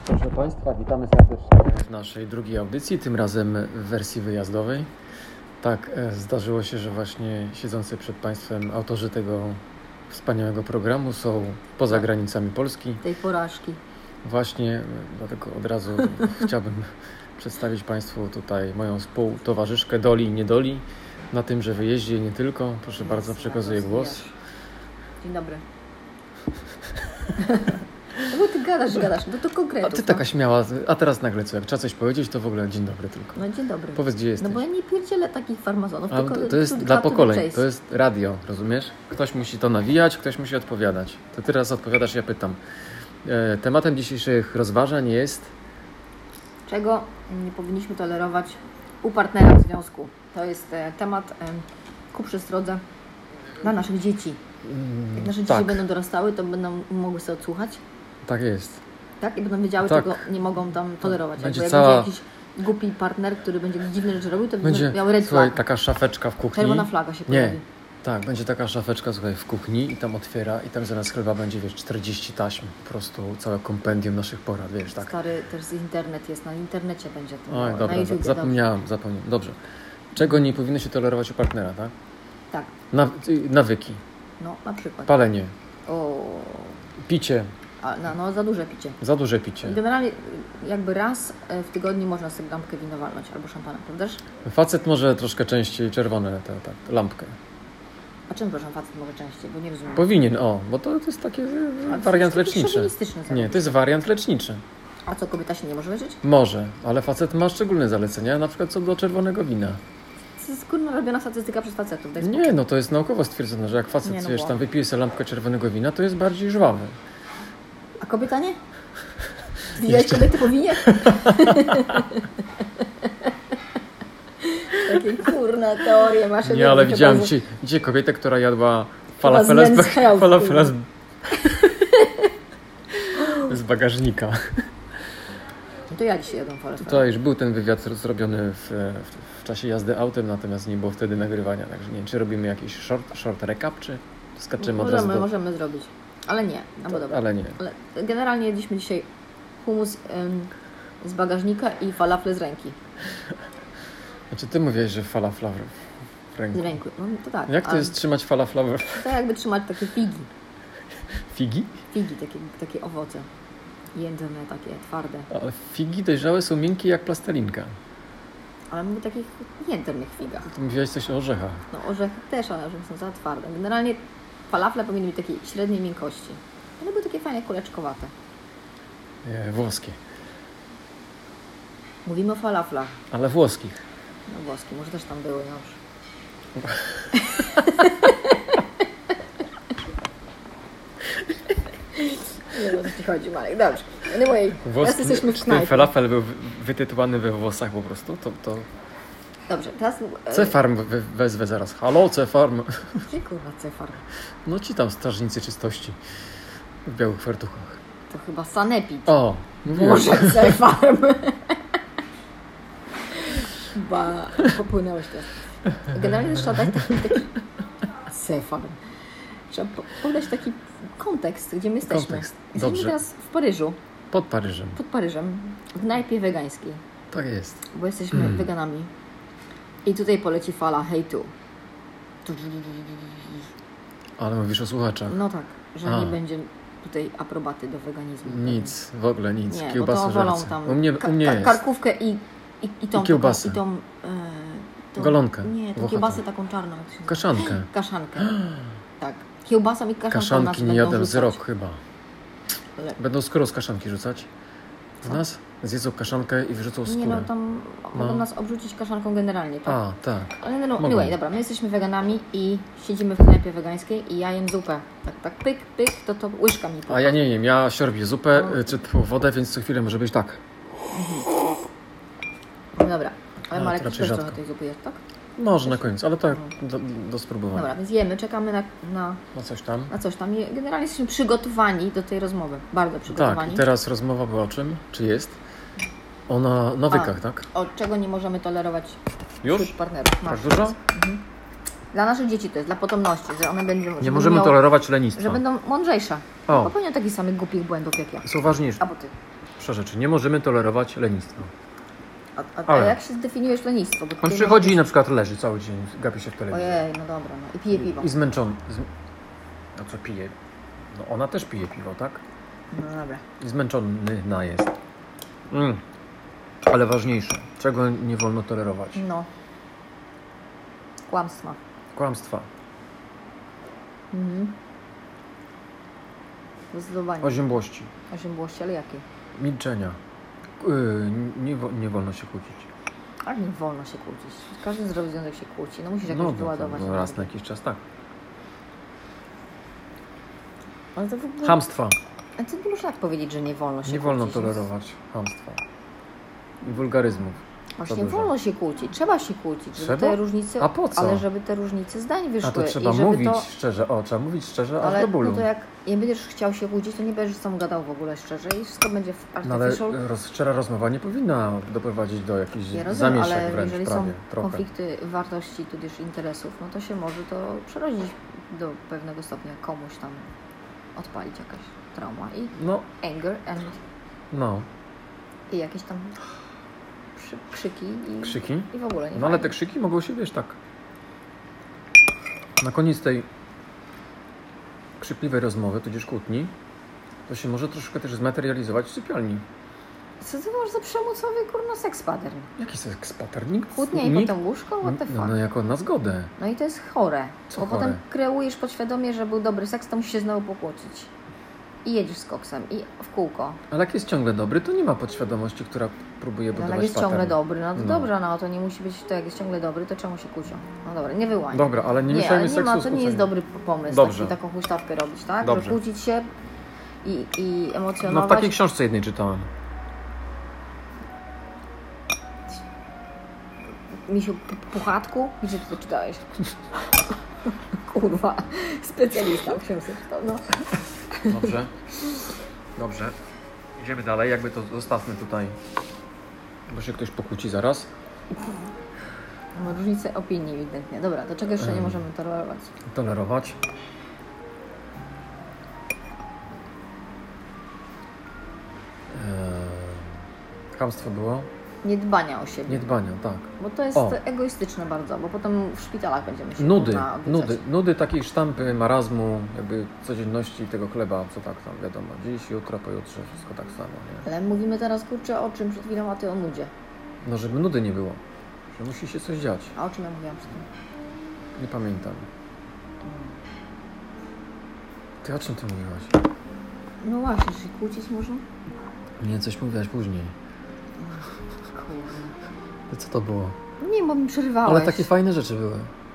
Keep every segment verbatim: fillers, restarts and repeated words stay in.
Proszę Państwa, witamy serdecznie w naszej drugiej audycji, tym razem w wersji wyjazdowej. Tak, zdarzyło się, że właśnie siedzący przed Państwem autorzy tego wspaniałego programu są poza granicami Polski. Tej porażki. Właśnie, dlatego od razu chciałbym przedstawić Państwu tutaj moją współtowarzyszkę Doli i Niedoli na tymże wyjeździe i nie tylko. Proszę Jest, bardzo, przekazuję głos. Dzień dobry. No bo ty gadasz, gadasz, no to konkretnie. A ty taka śmiała, a teraz nagle co, jak trzeba coś powiedzieć, to w ogóle dzień dobry tylko. No dzień dobry. Powiedz, gdzie jesteś. No bo ja nie pierdzielę takich farmazonów, A tylko to, to jest to, dla to pokoleń, to jest radio, rozumiesz? Ktoś musi to nawijać, ktoś musi odpowiadać. To ty teraz odpowiadasz, ja pytam. E, tematem dzisiejszych rozważań jest... Czego nie powinniśmy tolerować u partnera w związku. To jest e, temat e, ku przestrodze dla naszych dzieci. Jak nasze dzieci tak. będą dorastały, to będą mogły sobie odsłuchać. Tak jest. Tak? I będą wiedziały, Tak. czego nie mogą tam tolerować. Będzie Jakby, cała... jak będzie jakiś głupi partner, który będzie dziwne rzeczy robił, to Będzie, będzie miał red słuchaj, flag. taka szafeczka w kuchni. Czerwona flaga się Nie. pojawi. Tak, będzie taka szafeczka, słuchaj, w kuchni i tam otwiera i tam zamiast chleba będzie, wiesz, czterdzieści taśm. Po prostu całe kompendium naszych porad, wiesz, tak. Stary, też internet jest, na internecie będzie to. Oj, na dobra, YouTubie, zapomniałam, zapomniałam. Dobrze. Czego nie powinno się tolerować u partnera, tak? Tak, Na, nawyki, no na przykład. palenie, O, picie, a, no, no za duże picie. za duże picie. Generalnie jakby raz w tygodniu można sobie lampkę wino walnąć albo szampana, prawdaż? Facet może troszkę częściej czerwone, tę tak, lampkę. A czym proszę facet może częściej, bo nie rozumiem. Powinien, o, bo to, to jest taki A wariant to jest taki leczniczy. szowinistyczny zaraz. Nie, to jest wariant leczniczy. A co, kobieta się nie może leczyć? Może, ale facet ma szczególne zalecenia, na przykład co do czerwonego wina. To jest kurna robiona statystyka przez facetów. Daj spokój. Nie, no to jest naukowo stwierdzone, że jak facet, Nie, no wiesz, bo- tam wypije sobie lampkę czerwonego wina, to jest bardziej żwawy. A kobieta nie? Widziałeś kobiety po winie? Takie kurna teorie masz. Nie, ale widziałem dzisiaj, dzisiaj kobietę, która jadła z falafela z, Men's ba- Health, falafela z... z bagażnika. No to ja dzisiaj jadłam falafel. To już był ten wywiad zrobiony w, w, w czasie jazdy autem, natomiast nie było wtedy nagrywania, także nie wiem, czy robimy jakiś short, short recap, czy skaczymy od razu Możemy, do... możemy zrobić. Ale nie, no bo dobra. Ale nie. Ale generalnie jedliśmy dzisiaj humus ym, z bagażnika i falafle z ręki. Znaczy ty mówiłeś, że falafla w, w Z ręku. ręki. No to tak. Jak to a jest trzymać falafla w... To jakby trzymać takie figi. Figi? Figi, takie, takie owoce. Jędzone, takie twarde. Ale figi dojrzałe są miękkie jak plastelinka. Ale mówię o takich jędrnych figach. Ty mówiłaś coś o orzechach. No orzechy też, ale orzechy są za twarde. Generalnie falafle powinny być takiej średniej miękkości. One były takie fajne kuleczkowate. Nie, włoskie. Mówimy o falaflach. Ale włoskich. No włoskie, może też tam były, no już. Nie wiem, o co ci chodzi, Marek. Dobrze. Anyway, teraz jesteśmy w Ten knajpie. falafel był wytytułowany we włosach po prostu. To, to... Dobrze, teraz... e, C-Farm we- wezwę zaraz. Halo, C-Farm. Gdzie kurwa Cefar? No ci tam strażnicy czystości w białych fartuchach. To chyba Sanepid. O, mówiłem. Może Cefarm. Ba, popłynąłeś teraz. Generalnie też trzeba dać taki, taki Cefarm. Trzeba po- podać taki kontekst, gdzie my jesteśmy. Kontekst. Jesteśmy Dobrze. teraz w Paryżu, Pod Paryżem. pod Paryżem, w knajpie wegańskiej, Tak jest. bo jesteśmy Mm. weganami. I tutaj poleci fala hejtu. Ale mówisz o słuchaczach. No tak, że A. nie będzie tutaj aprobaty do weganizmu. Nic, w ogóle nic. Nie, bo Kiełbasy to wolą żarce. tam U mnie, ka- u mnie ka- jest. karkówkę i, i, i tą... I kiełbasę. Taką, i tą, e, tą Golonkę. Nie, tą Włochatą. kiełbasę taką czarną. jak to się nazywa? Kaszankę. Kaszankę. Tak. Kiełbasą i kaszanką nas Kaszanki nie będą jadłem z rzucać. rok chyba. Ale- Będą skórą z kaszanki rzucać? W Co? nas? Zjedzą kaszankę i wyrzucą skórę. Nie no, tam No. mogą nas obrzucić kaszanką generalnie, tak? A, tak. Ale no, no Mogą. anyway, dobra, my jesteśmy weganami i siedzimy w knajpie wegańskiej i ja jem zupę. Tak, tak, pyk, pyk, to to łyżka mi A ja nie wiem, ja siorbię zupę No. y, czy tfu, wodę, więc co chwilę może być tak. No dobra, ale A, Marek to też raczej trochę rzadko. tej zupy jest, tak? Może na koniec, ale tak do, do spróbowania. Dobra, więc jemy, czekamy na, na, No coś tam. na coś tam. I generalnie jesteśmy przygotowani do tej rozmowy. Bardzo przygotowani. Tak, i teraz rozmowa była o czym? Czy jest? O na nawykach, A, tak? Od czego nie możemy tolerować Już? wśród partnerów. Tak Masz. dużo? Mhm. Dla naszych dzieci to jest, dla potomności, że one będą... Nie żeby możemy miały- tolerować lenistwa. Że będą mądrzejsze. O. Popełnią takich samych głupich błędów jak ja. Są ważniejsze. Albo ty. Pierwsza rzecz, nie możemy tolerować lenistwa. A, a, a Ale. jak się zdefiniujesz lenistwo? Bo On tutaj przychodzi i możesz- na przykład leży cały dzień, gapi się w telewizji. Ojej, no dobra, no. I pije piwo. I zmęczony. Z... A co pije? No ona też pije piwo, tak? No dobra. I zmęczony na jest. Mm. Ale ważniejsze, czego nie wolno tolerować? No. Kłamstwa. Kłamstwa. Mhm. Zdecydowanie. Oziębłości. Oziębłości, ale jakie? Milczenia. Yy, nie, wo- nie wolno się kłócić. Ale nie wolno się kłócić. Każdy zdrowy związek się kłóci. No musisz jakoś No, wyładować. no, no raz na jakiś czas, tak. Ale to w ogóle... Chamstwa. A ty nie możesz tak powiedzieć, że nie wolno się Nie kłócić. wolno tolerować chamstwa. I wulgaryzmów. Właśnie Za dużo. wolno się kłócić. Trzeba się kłócić, żeby Trzeba? te różnice... A po co? Ale żeby te różnice zdań wyszły. A to trzeba I żeby mówić to... szczerze. O, trzeba mówić szczerze, Ale aż do bólu. no to jak nie będziesz chciał się kłócić, to nie będziesz z sobą gadał w ogóle szczerze i wszystko będzie w No ale artificial. roz, szczera rozmowa nie powinna doprowadzić do jakichś Ja rozumiem, zamieszek ale wręcz jeżeli prawie. są Trochę. konflikty wartości, tudzież interesów, no to się może to przerodzić do pewnego stopnia, komuś tam odpalić jakaś trauma i No, anger and, no. i jakieś tam przy, krzyki i, Krzyki. i w ogóle nie No ale fajnie. te krzyki mogą się, wiesz, tak. Na koniec tej krzykliwej rozmowy, tudzież kłótni, to się może troszkę też zmaterializować w sypialni. Co ty masz za przemocowy, kurno, seks pattern? Jaki seks pattern? Nikt, Kłótnia i nikt, potem łóżko? What the fuck? no, no jako na zgodę. No i to jest chore. Co bo chore? potem kreujesz podświadomie, że był dobry seks, to musisz się znowu pokłócić. I jedziesz z koksem i w kółko. Ale jak jest ciągle dobry, to nie ma podświadomości, która próbuje No, budować jak jest pattern. ciągle dobry, no to No. dobrze, no to nie musi być, to jak jest ciągle dobry, to czemu się kłócią? No dobra, nie wyłania. Dobra, ale nie Nie, mieszajmy ale nie seksu ma, z to nie jest kłóceniem. dobry pomysł, Dobrze. taki, taką huśtawkę robić, tak? Dobrze. Że kłócić się i, i No w emocjonować. takiej książce jednej czytałem. Misiu P- Puchatku? Gdzie ty to czytałeś? Kurwa, specjalista w książce czytał, no. Dobrze. Dobrze. Idziemy dalej, jakby to zostawmy tutaj, bo się ktoś pokłóci zaraz. No różnice opinii ewidentnie. Dobra, to czego jeszcze nie Em. możemy tolerować? Tolerować. Eee, chamstwo było? Niedbania o siebie. Niedbania, tak. Bo to jest O. egoistyczne bardzo, bo potem w szpitalach będziemy się Nudy, kurna odwiedzać. nudy, nudy takiej sztampy, marazmu, jakby codzienności tego chleba, co tak tam wiadomo, dziś, jutro, pojutrze, wszystko tak samo, nie? Ale mówimy teraz, kurczę, o czym przed chwilą, a ty o nudzie. No, żeby nudy nie było, że musi się coś dziać. A o czym ja mówiłam przed tym? Nie pamiętam. Ty o czym ty mówiłaś? No właśnie, czy się kłócić można? Nie, coś mówiłaś później. Kurwa. To co to było? Nie, bo mi przerywałeś. Ale takie fajne rzeczy były.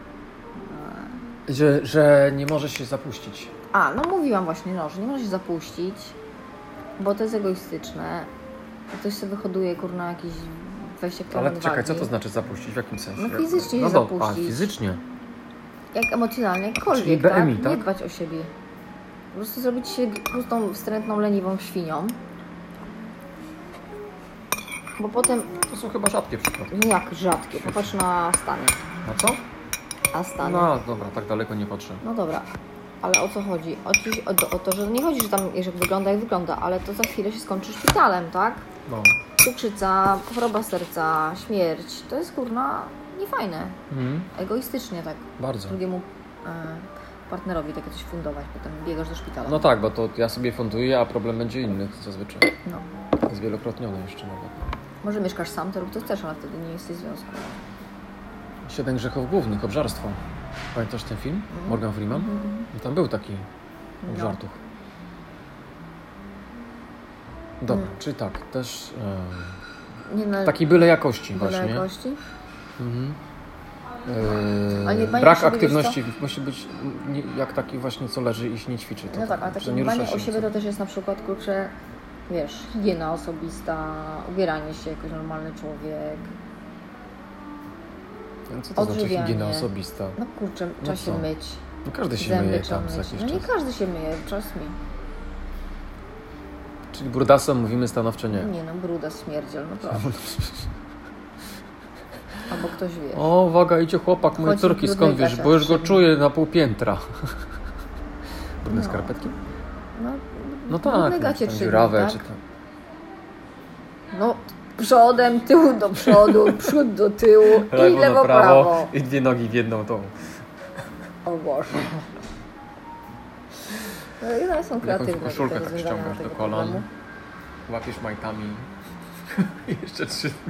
Że, że nie może się zapuścić. A, no mówiłam właśnie, no, że nie możesz się zapuścić, bo to jest egoistyczne. Ktoś sobie wyhoduje, kurna, jakieś wejście w Ale kierunku czekaj, walki. co to znaczy zapuścić? W jakim sensie? No fizycznie no się do- zapuścić. A, fizycznie. Jak emocjonalnie, jakkolwiek, Czyli B M I, tak? tak? Nie dbać o siebie. Po prostu zrobić się pustą, wstrętną, leniwą świnią. Bo potem, To są chyba rzadkie przypadki. no jak rzadkie, popatrz na Stany. A co? A Stany. No dobra, tak daleko nie patrzę. No dobra, ale o co chodzi? O, ci- o, o to, że nie chodzi, że tam że wygląda jak wygląda, ale to za chwilę się skończy szpitalem, tak? No. Cukrzyca, choroba serca, śmierć. To jest kurna niefajne. Mhm. Egoistycznie tak Bardzo. drugiemu e, partnerowi takie coś fundować. Potem biegasz do szpitala. No tak, bo to ja sobie funduję, a problem będzie inny zazwyczaj. No. Zwielokrotniony jeszcze nawet. Może mieszkasz sam, to rób to też, ale wtedy nie jesteś w związku. Siedem grzechów głównych, obżarstwo. Pamiętasz ten film? Mhm. Morgan Freeman? Mhm. I tam był taki No. obżartuch. Dobra, Mm. czyli tak, też Nie na e, takiej byle jakości byle właśnie. jakości. Mhm. Ale nie E, dbanie brak o siebie, aktywności musi być nie, jak taki właśnie, co leży i się nie ćwiczy. To No tak, a że takie nie rusza dbanie o się. siebie to też jest na przykład, kurczę, wiesz, higiena osobista, ubieranie się jako normalny człowiek. Co to znaczy odżywianie. higiena osobista? No kurczę, No trzeba co? się myć. No każdy się Zęby myje trzeba tam co myć. jakiś No nie czas. każdy się myje, czas mi. Czyli brudasom mówimy stanowczo nie. Nie no, bruda, śmierdziel, no proszę. Albo ktoś wie. O, uwaga, idzie chłopak mojej Chodzi w córki, skąd brudnej wiesz? gacie Bo już go wszędzie. czuję na pół piętra. Brudne No. skarpetki? No, No brudne tak, gacie tam trzymaj, dziurawe tak? czy tam. No, przodem, tył do przodu, przód do tyłu i lewo, lewo, na prawo, prawo. i dwie nogi w jedną tą. O Boże. No i one są kreatywne. Jakąś koszulkę te tak rozwiązania ściągasz do tego kolan, problemu. łapiesz majtami. Jeszcze trzy dni.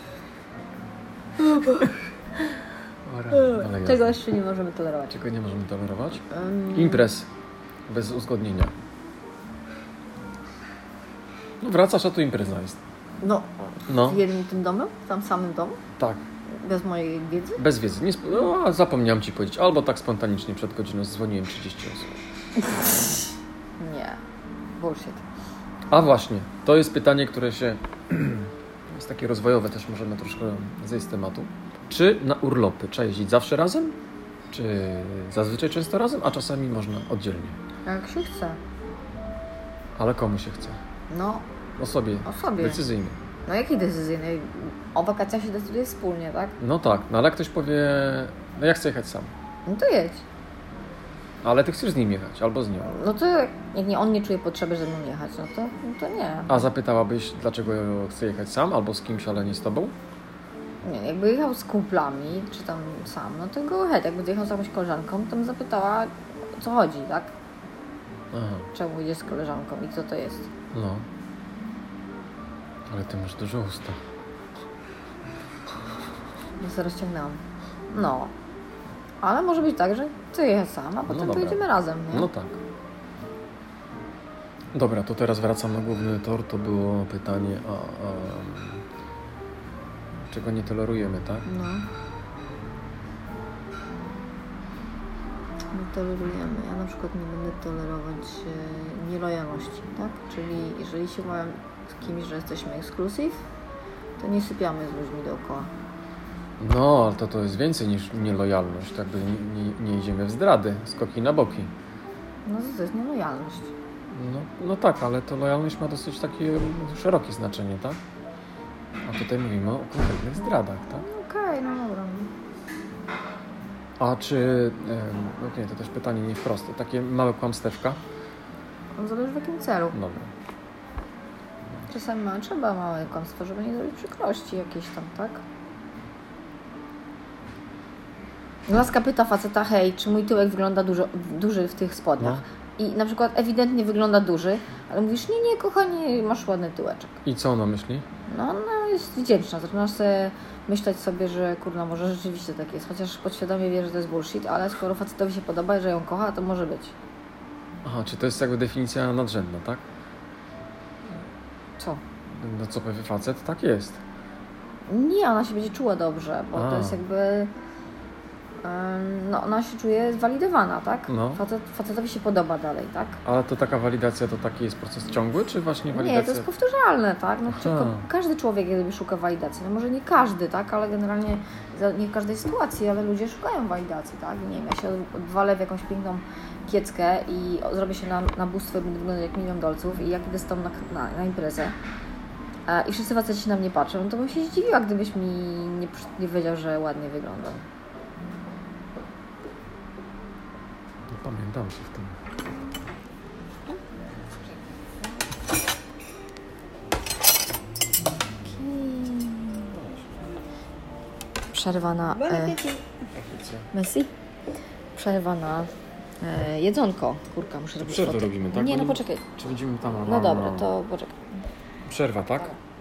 O rany, ale Czego jasne. jeszcze nie możemy tolerować? Czego nie możemy tolerować? Um, Imprez bez uzgodnienia. No wracasz, a tu impreza jest. No, No, w jednym tym domu? W tam samym domu? tak, Bez mojej wiedzy? bez wiedzy. Nie sp- no, a zapomniałem Ci powiedzieć. Albo tak spontanicznie przed godziną dzwoniłem trzydzieści osób. Nie. Bullshit. A właśnie, to jest pytanie, które się... jest takie rozwojowe, też możemy troszkę zejść z tematu. Czy na urlopy trzeba jeździć zawsze razem? Czy zazwyczaj często razem, a czasami można oddzielnie? Jak się chce. Ale komu się chce? No, O sobie. o sobie. Decyzyjnie. No jakiej decyzyjnej? O wakacjach się decyduje wspólnie, tak? No tak, no ale jak ktoś powie, no ja chcę jechać sam. No to jedź. Ale ty chcesz z nim jechać, albo z nią. No to jak nie, on nie czuje potrzeby, żeby mną jechać, no to, no to nie. A zapytałabyś, dlaczego chcę jechać sam, albo z kimś, ale nie z tobą? Nie, jakby jechał z kumplami, czy tam sam, no to go ahead. Jakby jechał z jakąś koleżanką, to bym zapytała, o co chodzi, tak? Aha, Czemu idziesz z koleżanką i kto to jest? no. Ale ty masz dużo usta. No sobie rozciągnęłam. No. Ale może być tak, że ty jechać sam, a potem dobra. pojedziemy razem, nie? No tak. Dobra, to teraz wracam na główny tor. To było pytanie, a, a czego nie tolerujemy, tak? No. Nie tolerujemy. Ja na przykład nie będę tolerować e, nielojalności, tak? Czyli jeżeli się umawiam z kimś, że jesteśmy exclusive, to nie sypiamy z ludźmi dookoła. No, ale to, to jest więcej niż nielojalność. Tak by nie, nie, nie idziemy w zdrady, skoki na boki. No to jest nielojalność. No, no tak, ale to lojalność ma dosyć takie szerokie znaczenie, tak? A tutaj mówimy o konkretnych zdradach, tak? Okej, okay, no dobra. A czy, em, okej, to też pytanie nie proste, takie małe kłamstewka? No zależy w jakim celu. Dobra. Czasami ma, trzeba małe kłamstwo, żeby nie zrobić przykrości jakieś tam, tak? Laska pyta faceta, hej, czy mój tyłek wygląda dużo, duży w tych spodniach? No. I na przykład ewidentnie wygląda duży, ale mówisz, nie, nie, kochanie, masz ładny tyłeczek. I co ona myśli? No, ona jest wdzięczna. Zaczynasz sobie myśleć sobie, że kurna, może rzeczywiście tak jest. Chociaż podświadomie wie, że to jest bullshit, ale skoro facetowi się podoba i że ją kocha, to może być. Aha, czy to jest jakby definicja nadrzędna, tak? Co? No co powie facet, tak jest. Nie, ona się będzie czuła dobrze, bo A. to jest jakby... ym, No, ona się czuje zwalidowana, tak? No. Facet, facetowi się podoba dalej, tak? Ale to taka walidacja to taki jest proces ciągły, czy właśnie walidacja? Nie, to jest powtarzalne, tak? No, Aha. tylko każdy człowiek jakby szuka walidacji. No może nie każdy, tak? Ale generalnie za- nie w każdej sytuacji, ale ludzie szukają walidacji, tak? Nie wiem, ja się odwalę w jakąś piękną kieckę i o- zrobię się na, na bóstwo i będę wyglądać jak milion dolców i jak idę z tą na, na, na imprezę e, i wszyscy faceci się na mnie patrzą, to bym się zdziwiła, gdybyś mi nie, przy- nie wiedział, że ładnie wyglądam. No, pamiętam się w tym. Przerwa na... E, Messi? Przerwa na e, jedzonko. Kurka, muszę zrobić Przerwę fotę. robimy, tak? Nie, Bo no nie- poczekaj. Czy będziemy tam... No dobra, to poczekaj. Przerwa, tak?